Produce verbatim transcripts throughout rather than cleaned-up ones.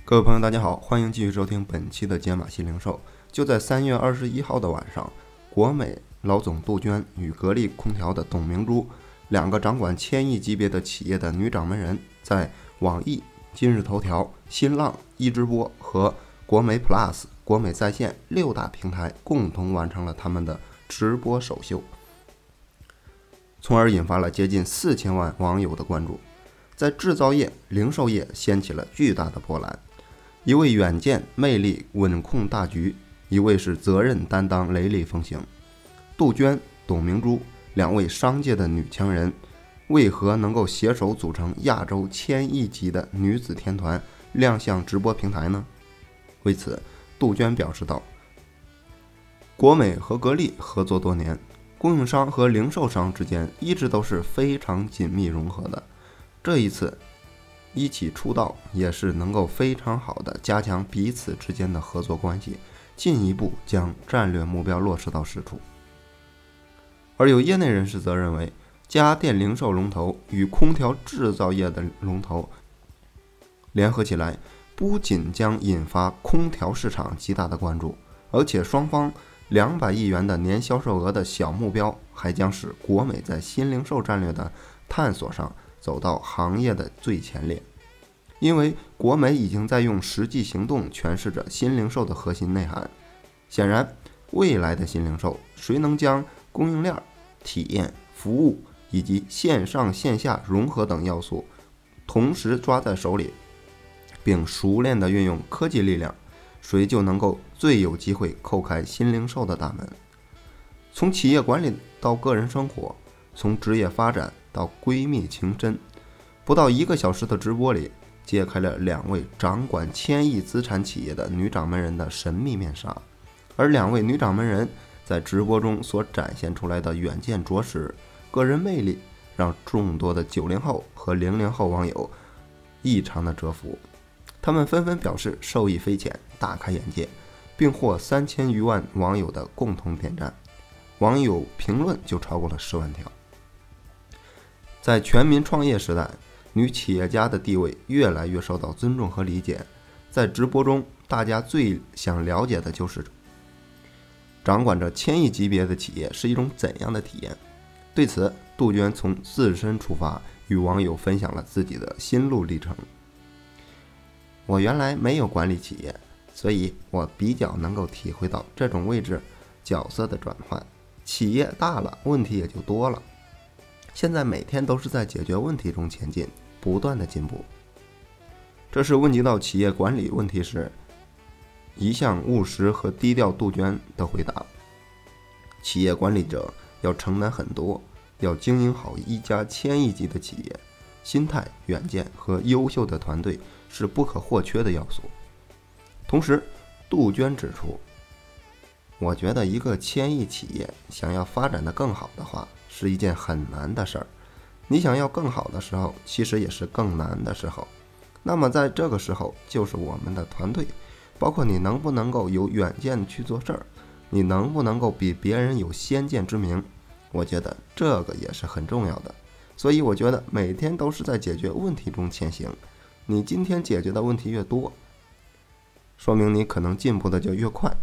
各位朋友大家好，欢迎继续收听本期的解码新零售。就在三月二十一号的晚上，国美老总杜鹃与格力空调的董明珠两个掌管千亿级别的企业的女掌门人，在网易、今日头条、新浪、一直播和国美 Plus、国美在线六大平台共同完成了他们的直播首秀，从而引发了接近四千万网友的关注，在制造业、零售业掀起了巨大的波澜。一位远见、魅力、稳控大局，一位是责任担当、雷厉风行。杜鹃、董明珠两位商界的女强人，为何能够携手组成亚洲千亿级的女子天团，亮相直播平台呢？为此，杜鹃表示道：国美和格力合作多年，供应商和零售商之间一直都是非常紧密融合的。这一次一起出道，也是能够非常好的加强彼此之间的合作关系，进一步将战略目标落实到实处。而有业内人士则认为，家电零售龙头与空调制造业的龙头联合起来，不仅将引发空调市场极大的关注，而且双方两百亿元的年销售额的小目标，还将使国美在新零售战略的探索上走到行业的最前列。因为国美已经在用实际行动诠释着新零售的核心内涵。显然，未来的新零售，谁能将供应链、体验、服务以及线上线下融合等要素同时抓在手里，并熟练地运用科技力量，谁就能够最有机会叩开新零售的大门。从企业管理到个人生活，从职业发展到闺蜜情深，不到一个小时的直播里，揭开了两位掌管千亿资产企业的女掌门人的神秘面纱。而两位女掌门人在直播中所展现出来的远见卓识、个人魅力，让众多的九零后和零零后网友异常的折服。他们纷纷表示受益匪浅，大开眼界，并获三千余万网友的共同点赞，网友评论就超过了十万条。在全民创业时代，女企业家的地位越来越受到尊重和理解。在直播中，大家最想了解的就是掌管着千亿级别的企业是一种怎样的体验。对此，杜鹃从自身出发，与网友分享了自己的心路历程。我原来没有管理企业，所以我比较能够体会到这种位置角色的转换。企业大了，问题也就多了。现在每天都是在解决问题中前进，不断的进步。这是问及到企业管理问题时，一向务实和低调杜鹃的回答。企业管理者要承担很多，要经营好一家千亿级的企业，心态、远见和优秀的团队是不可或缺的要素。同时，杜鹃指出，我觉得一个千亿企业想要发展的更好的话，是一件很难的事儿。你想要更好的时候，其实也是更难的时候。那么在这个时候，就是我们的团队，包括你能不能够有远见去做事儿，你能不能够比别人有先见之明，我觉得这个也是很重要的。所以我觉得每天都是在解决问题中前行，你今天解决的问题越多，说明你可能进步的就越快。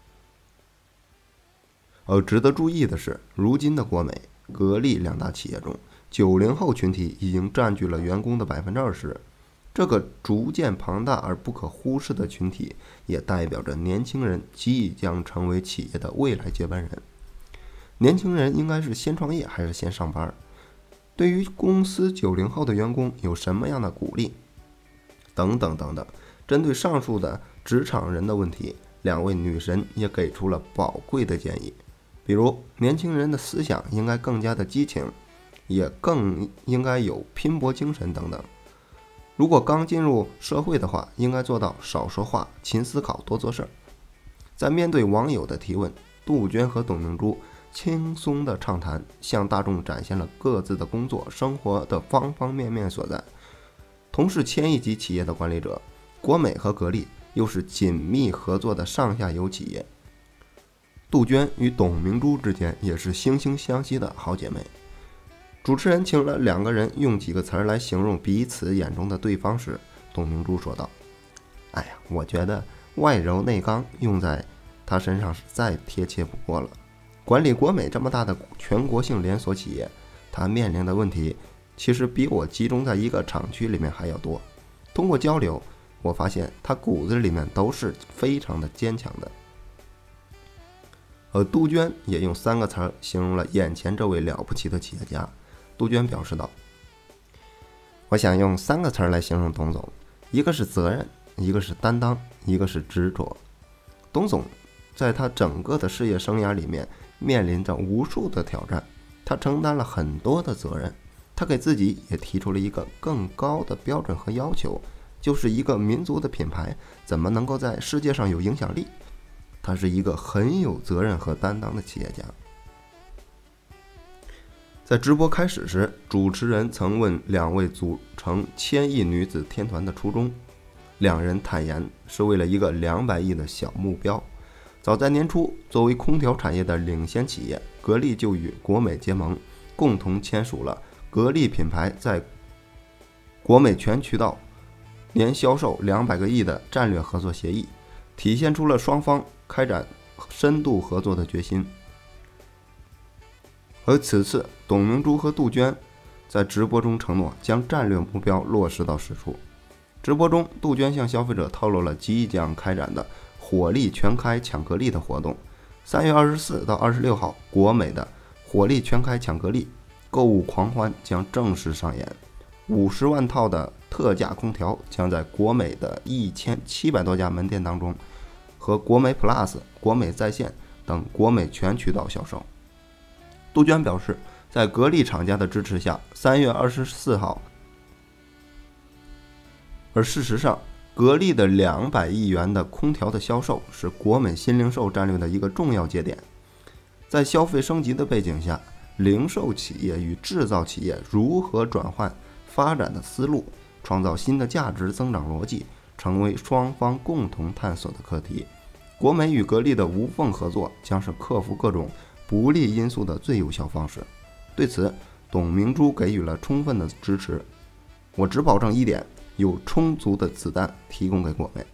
而值得注意的是，如今的国美、格力两大企业中，九零后群体已经占据了员工的 百分之二十。 这个逐渐庞大而不可忽视的群体，也代表着年轻人即将成为企业的未来接班人。年轻人应该是先创业还是先上班？对于公司九零后的员工有什么样的鼓励？等等等等。针对上述的职场人的问题，两位女神也给出了宝贵的建议。比如，年轻人的思想应该更加的激情，也更应该有拼搏精神等等。如果刚进入社会的话，应该做到少说话、勤思考、多做事儿。在面对网友的提问，杜鹃和董明珠轻松的畅谈，向大众展现了各自的工作、生活的方方面面所在。同是千亿级企业的管理者，国美和格力又是紧密合作的上下游企业。杜鹃与董明珠之间也是惺惺相惜的好姐妹。主持人请了两个人用几个词儿来形容彼此眼中的对方时，董明珠说道： 哎呀，我觉得外柔内刚用在他身上是再贴切不过了。管理国美这么大的全国性连锁企业，他面临的问题其实比我集中在一个厂区里面还要多。通过交流，我发现他骨子里面都是非常的坚强的。而杜鹃也用三个词儿形容了眼前这位了不起的企业家。杜鹃表示道：我想用三个词儿来形容董总，一个是责任，一个是担当，一个是执着。董总在他整个的事业生涯里面面临着无数的挑战，他承担了很多的责任，他给自己也提出了一个更高的标准和要求，就是一个民族的品牌怎么能够在世界上有影响力。他是一个很有责任和担当的企业家。在直播开始时，主持人曾问两位组成千亿女子天团的初衷，两人坦言是为了一个两百亿的小目标。早在年初，作为空调产业的领先企业，格力就与国美结盟，共同签署了格力品牌在国美全渠道年销售两百个亿的战略合作协议，体现出了双方开展深度合作的决心。而此次董明珠和杜鹃在直播中承诺将战略目标落实到实处。直播中，杜鹃向消费者透露了即将开展的火力全开抢格力的活动。三月二十四到二十六号，国美的火力全开抢格力购物狂欢将正式上演，五十万套的特价空调将在国美的一千七百多家门店当中和国美 Plus、国美在线等国美全渠道销售。杜鹃表示，在格力厂家的支持下，三月二十四号，而事实上，格力的两百亿元的空调的销售是国美新零售战略的一个重要节点。在消费升级的背景下，零售企业与制造企业如何转换发展的思路，创造新的价值增长逻辑，成为双方共同探索的课题。国美与格力的无缝合作将是克服各种不利因素的最有效方式。对此，董明珠给予了充分的支持。我只保证一点，有充足的子弹提供给国美。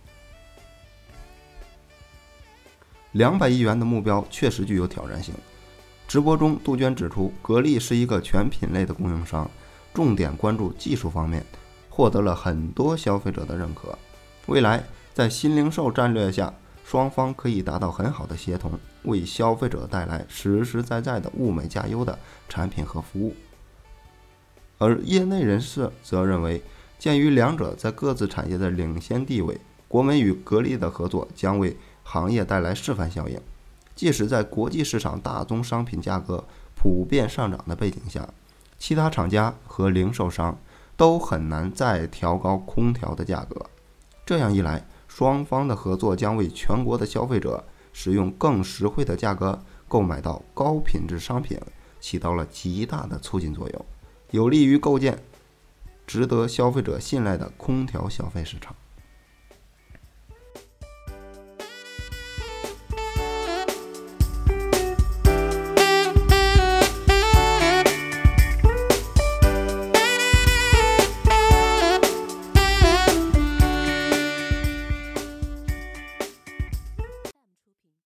两百亿元的目标确实具有挑战性。直播中，杜鹃指出，格力是一个全品类的供应商，重点关注技术方面，获得了很多消费者的认可。未来在新零售战略下，双方可以达到很好的协同，为消费者带来实实在在的物美价优的产品和服务。而业内人士则认为，鉴于两者在各自产业的领先地位，国美与格力的合作将为行业带来示范效应。即使在国际市场大宗商品价格普遍上涨的背景下，其他厂家和零售商都很难再调高空调的价格。这样一来，双方的合作将为全国的消费者使用更实惠的价格购买到高品质商品，起到了极大的促进作用，有利于构建值得消费者信赖的空调消费市场。